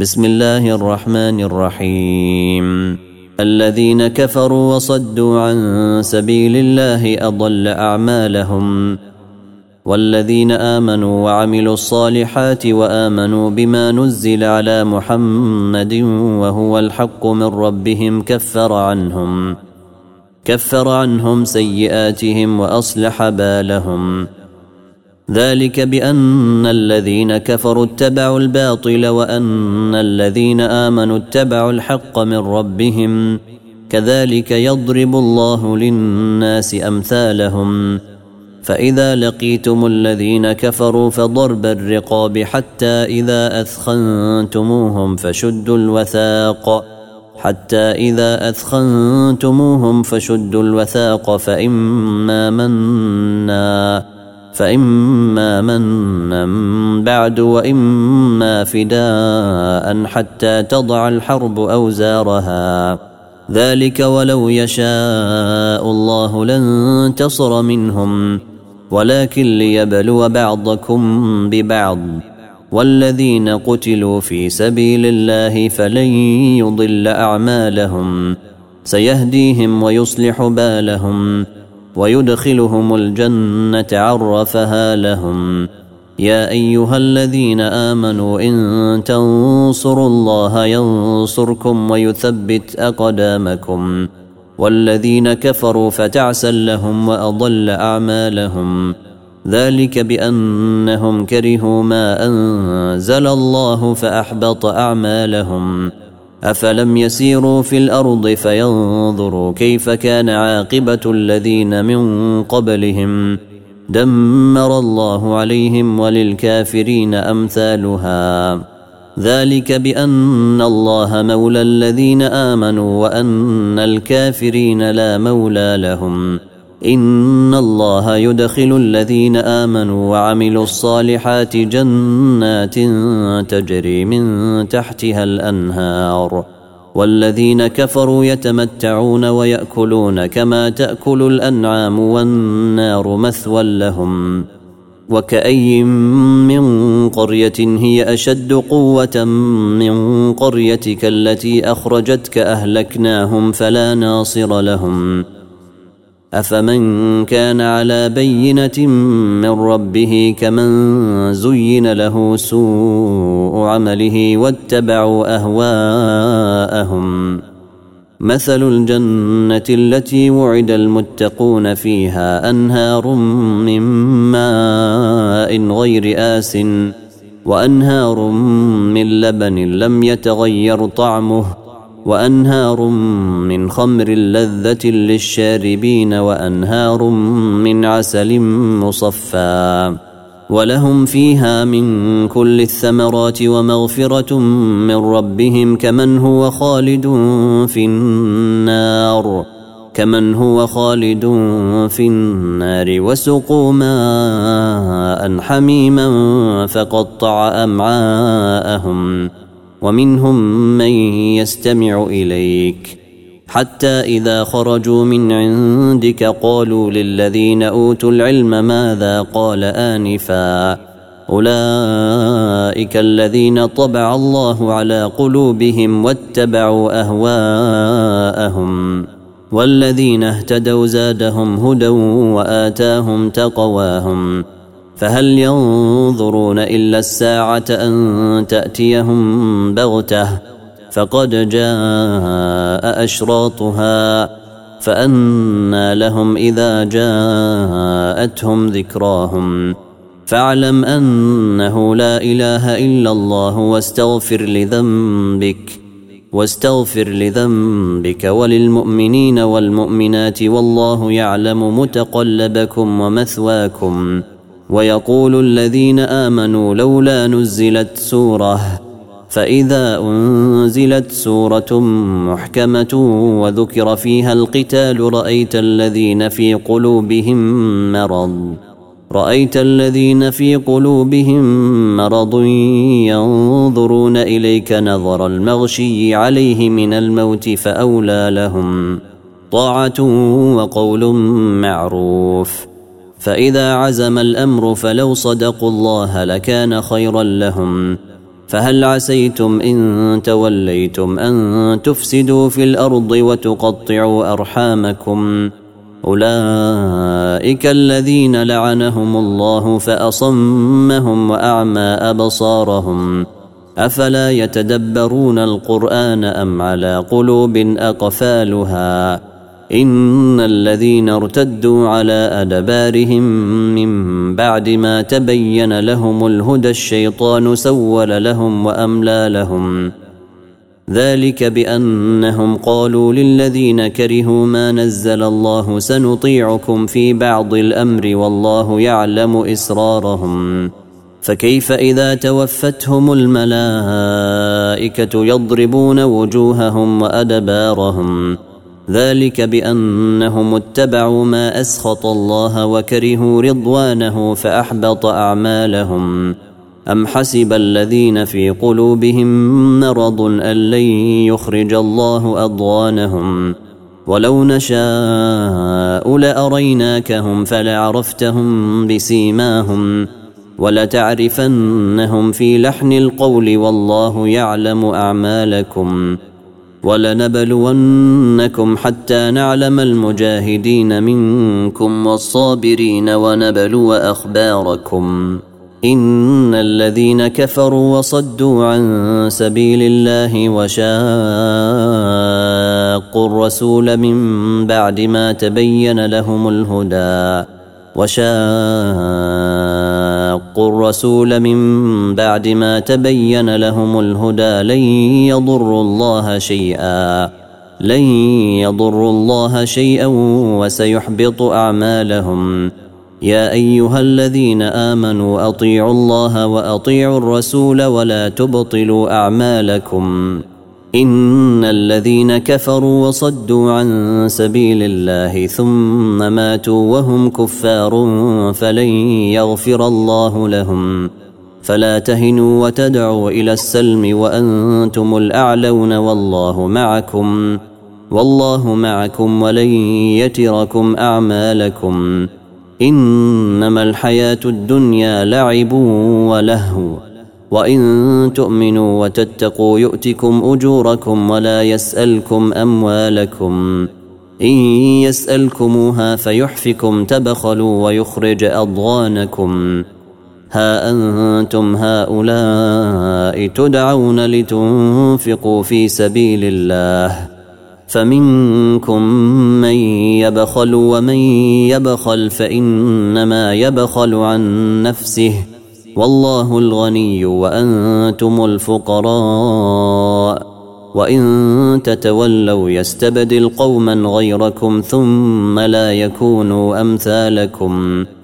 بسم الله الرحمن الرحيم. الذين كفروا وصدوا عن سبيل الله أضل أعمالهم، والذين آمنوا وعملوا الصالحات وآمنوا بما نزل على محمد وهو الحق من ربهم كفر عنهم سيئاتهم وأصلح بالهم. ذلك بأن الذين كفروا اتبعوا الباطل وأن الذين آمنوا اتبعوا الحق من ربهم، كذلك يضرب الله للناس أمثالهم. فإذا لقيتم الذين كفروا فضرب الرقاب حتى إذا أثخنتموهم فشدوا الوثاق فإما منا بعد وإما فداء حتى تضع الحرب أوزارها. ذلك ولو يشاء الله لانتصر منهم، ولكن ليبلو بعضكم ببعض. والذين قتلوا في سبيل الله فلن يضل أعمالهم، سيهديهم ويصلح بالهم ويدخلهم الجنة عرفها لهم. يا أيها الذين آمنوا إن تنصروا الله ينصركم ويثبت أقدامكم. والذين كفروا فتعسا لهم وأضل أعمالهم، ذلك بأنهم كرهوا ما أنزل الله فأحبط أعمالهم. أفلم يسيروا في الأرض فينظروا كيف كان عاقبة الذين من قبلهم، دمر الله عليهم وللكافرين أمثالها. ذلك بأن الله مولى الذين آمنوا وأن الكافرين لا مولى لهم. إن الله يدخل الذين آمنوا وعملوا الصالحات جنات تجري من تحتها الأنهار، والذين كفروا يتمتعون ويأكلون كما تأكل الأنعام والنار مثوى لهم. وكأي من قرية هي أشد قوة من قريتك التي أخرجتك أهلكناهم فلا ناصر لهم. أفمن كان على بينة من ربه كمن زين له سوء عمله واتبعوا أهواءهم. مثل الجنة التي وعد المتقون فيها أنهار من ماء غير آس وأنهار من لبن لم يتغير طعمه وأنهار من خمر لذة للشاربين وأنهار من عسل مصفى، ولهم فيها من كل الثمرات ومغفرة من ربهم كمن هو خالد في النار وسقوا ماء حميما فقطع أمعاءهم. ومنهم من يستمع إليك حتى إذا خرجوا من عندك قالوا للذين أوتوا العلم ماذا قال آنفا، أولئك الذين طبع الله على قلوبهم واتبعوا أهواءهم. والذين اهتدوا زادهم هدى وآتاهم تقواهم. فهل ينظرون إلا الساعة أن تأتيهم بغتة فقد جاء أشراطها، فأنى لهم إذا جاءتهم ذكراهم. فاعلم أنه لا إله إلا الله واستغفر لذنبك وللمؤمنين والمؤمنات، والله يعلم متقلبكم ومثواكم. ويقول الذين آمنوا لولا نزلت سورة، فإذا أنزلت سورة محكمة وذكر فيها القتال رأيت الذين في قلوبهم مرض ينظرون إليك نظر المغشي عليه من الموت فأولى لهم طاعة وقول معروف. فإذا عزم الأمر فلو صدقوا الله لكان خيرا لهم، فهل عسيتم إن توليتم أن تفسدوا في الأرض وتقطعوا أرحامكم أولئك الذين لعنهم الله فأصمهم وأعمى أبصارهم أفلا يتدبرون القرآن أم على قلوب أقفالها إن الذين ارتدوا على أدبارهم من بعد ما تبين لهم الهدى الشيطان سول لهم وأملى لهم ذلك بأنهم قالوا للذين كرهوا ما نزل الله سنطيعكم في بعض الأمر والله يعلم إسرارهم فكيف إذا توفتهم الملائكة يضربون وجوههم وأدبارهم ذلك بأنهم اتبعوا ما أسخط الله وكرهوا رضوانه فأحبط أعمالهم أم حسب الذين في قلوبهم مرض أن لن يخرج الله أضغانهم ولو نشاء لأريناكهم فلعرفتهم بسيماهم ولتعرفنهم في لحن القول والله يعلم أعمالكم ولنبلونكم حتى نعلم المجاهدين منكم والصابرين ونبلو أخباركم إن الذين كفروا وصدوا عن سبيل الله وشاقوا الرسول من بعد ما تبين لهم الهدى لن يضروا الله شيئا وسيحبط أعمالهم يا أيها الذين آمنوا أطيعوا الله وأطيعوا الرسول ولا تبطلوا أعمالكم إن الذين كفروا وصدوا عن سبيل الله ثم ماتوا وهم كفار فلن يغفر الله لهم فلا تهنوا وتدعوا إلى السلم وأنتم الأعلون والله معكم ولن يتركم أعمالكم إنما الحياة الدنيا لعب ولهو وإن تؤمنوا وتتقوا يؤتكم أجوركم ولا يسألكم أموالكم إن يسألكموها فيحفكم تبخلوا ويخرج أضغانكم ها أنتم هؤلاء تدعون لتنفقوا في سبيل الله فمنكم من يبخل ومن يبخل فإنما يبخل عن نفسه والله الغني وأنتم الفقراء وإن تتولوا يستبدل قوما غيركم ثم لا يكونوا أمثالكم